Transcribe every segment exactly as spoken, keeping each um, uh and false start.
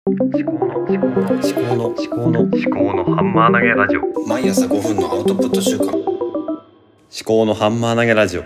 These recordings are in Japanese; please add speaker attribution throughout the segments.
Speaker 1: 思考の思考の思考の思考の思考のハンマー投げラジオ。
Speaker 2: 毎朝ごふんのアウトプット週間。
Speaker 1: 思考のハンマー投げラジオ。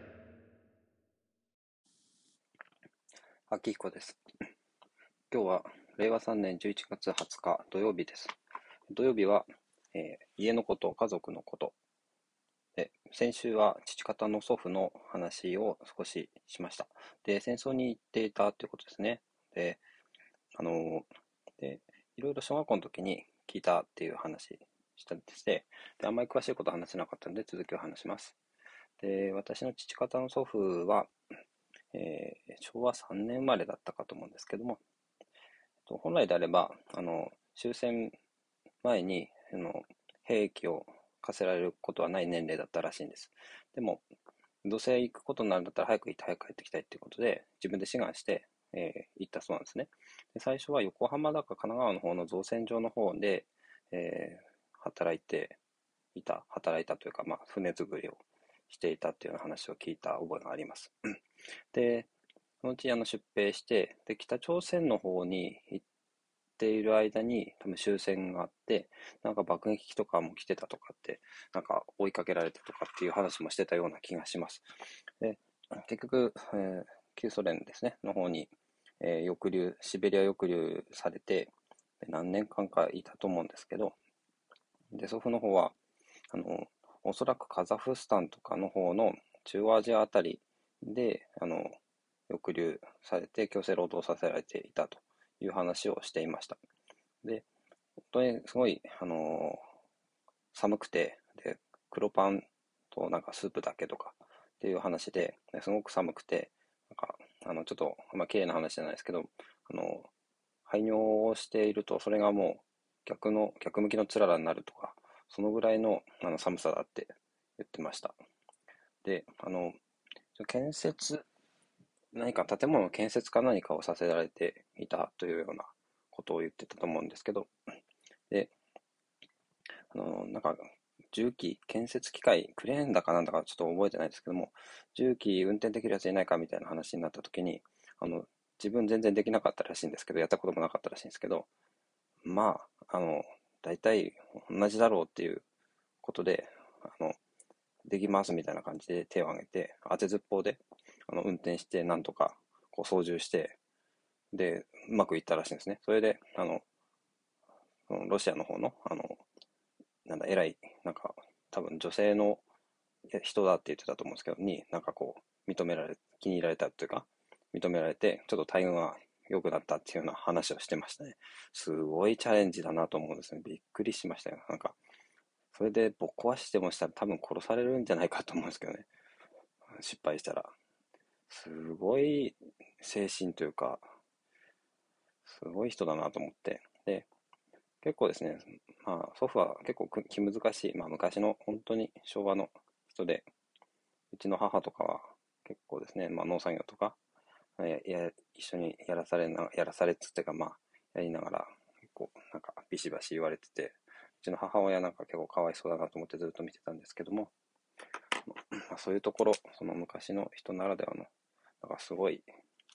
Speaker 3: 秋彦です。今日はれいわさんねんじゅういちがつはつか土曜日です。土曜日は、えー家のこと、家族のことで、先週は父方の祖父の話を少ししました。で、戦争に行っていたということですね。で、あのーで、いろいろ小学校の時に聞いたっていう話したんですね。で、あんまり詳しいことは話せなかったので続きを話します。で、私の父方の祖父は、えーしょうわさんねん生まれだったかと思うんですけども、本来であれば、あの、終戦前に、あの、兵役を課せられることはない年齢だったらしいんです。でも、どうせ行くことになるんだったら早く行って早く帰ってきたいっていうことで、自分で志願して、えー行ったそうなんですね。で、最初は横浜だか神奈川の方の造船場の方で、えー働いていた、働いたというか、まあ、船作りをしていたっていうような話を聞いた覚えがあります。で、そのうちあの出兵して、で、北朝鮮の方に行っている間に多分終戦があって、なんか爆撃機とかも来てたとかって、なんか追いかけられてとかっていう話もしてたような気がします。で、結局、えー旧ソ連ですね、の方に、えー抑留、シベリア抑留されて、何年間かいたと思うんですけど、で、祖父の方は、あの、おそらくカザフスタンとかの方の中央アジアあたりで、あの、抑留されて強制労働させられていたという話をしていました。で、本当にすごい、あの寒くて、で、黒パンとなんかスープだけとかっていう話で、すごく寒くて、なんか、あの、ちょっと、まあ、綺麗な話じゃないですけど、あの、排尿をしていると、それがもう逆の、逆向きのつららになるとか、そのぐらいのあの寒さだって言ってました。で、あの、建設、何か建物の建設か何かをさせられていたというようなことを言ってたと思うんですけど、で、あの、なんか、重機、建設機械、クレーンだかなんだかちょっと覚えてないですけども、重機運転できるやついないかみたいな話になった時に、あの、自分全然できなかったらしいんですけど、やったこともなかったらしいんですけど、まあ、あの、大体同じだろうっていうことで、あの、できますみたいな感じで手を挙げて、当てずっぽうで、あの、運転して、なんとか、こう操縦して、で、うまくいったらしいんですね。それで、あの、ロシアの方の、あの、なんだ、偉い、なんか、多分女性の人だって言ってたと思うんですけど、に、なんかこう、認められ、気に入られたというか、認められて、ちょっと待遇が良くなったっていうような話をしてましたね。すごいチャレンジだなと思うんですね。びっくりしましたよ。なんか、それでぶっ壊してもしたら多分殺されるんじゃないかと思うんですけどね。失敗したら。すごい精神というか、すごい人だなと思って。で、結構ですね、まあ、祖父は結構気難しい、まあ、昔の本当に昭和の人で、うちの母とかは結構ですね、まあ、農作業とか、やや一緒にやらされな、やらされつってか、まあ、やりながら、結構、なんか、ビシバシ言われてて、うちの母親なんか結構かわいそうだなと思ってずっと見てたんですけども、まあ、そういうところ、その昔の人ならではの、なんかすごい、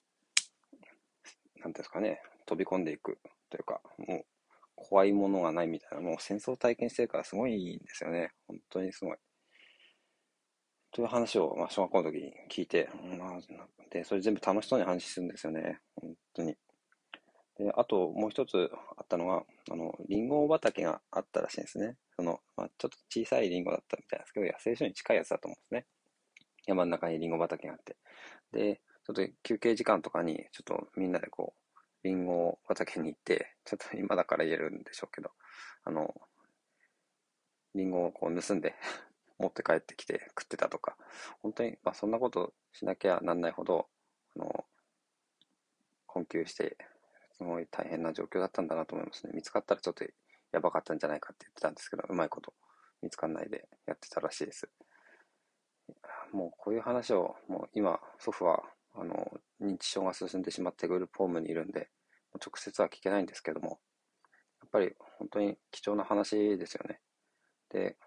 Speaker 3: なんですかね、飛び込んでいくというか、もう、怖いものがないみたいな、もう戦争体験してるからすごいんですよね。本当にすごい。という話を、まあ、小学校の時に聞いて、まあ、で、それ全部楽しそうに話するんですよね。本当に。で、あともう一つあったのが、あの、リンゴ畑があったらしいんですね。その、まあ、ちょっと小さいリンゴだったみたいですけど、野生種に近いやつだと思うんですね。山の中にリンゴ畑があって。で、ちょっと休憩時間とかに、ちょっとみんなでこう、リンゴ畑に行って、ちょっと今だから言えるんでしょうけど、あの、リンゴをこう盗んで持って帰ってきて食ってたとか、本当に、まあ、そんなことしなきゃなんないほど、あの、困窮して、すごい大変な状況だったんだなと思いますね。見つかったらちょっとやばかったんじゃないかって言ってたんですけど、うまいこと見つかんないでやってたらしいです。もうこういう話を、もう今、祖父は、あの、認知症が進んでしまってグループホームにいるんで、直接は聞けないんですけども、やっぱり本当に貴重な話ですよね。で、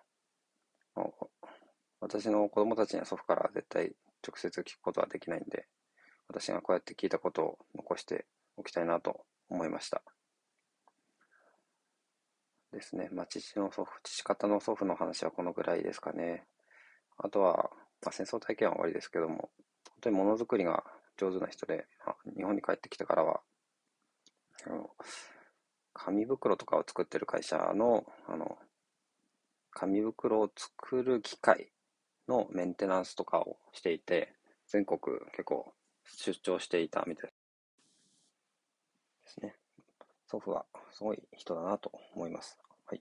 Speaker 3: 私の子供たちには祖父から絶対直接聞くことはできないんで、私がこうやって聞いたことを残しておきたいなと思いました。 ですね。まあ、父の祖父、父方の祖父の話はこのぐらいですかね。あとは、まあ、戦争体験は終わりですけども、本当にものづくりが上手な人で、まあ、日本に帰ってきてからは、あの、紙袋とかを作ってる会社の、あの、紙袋を作る機械のメンテナンスとかをしていて、全国結構出張していたみたいですね。祖父はすごい人だなと思います。はい。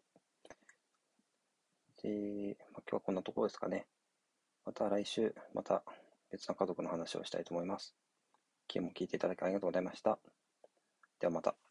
Speaker 3: で、まあ、今日はこんなところですかね。また来週、また別な家族の話をしたいと思います。今日も聞いていただきありがとうございました。ではまた。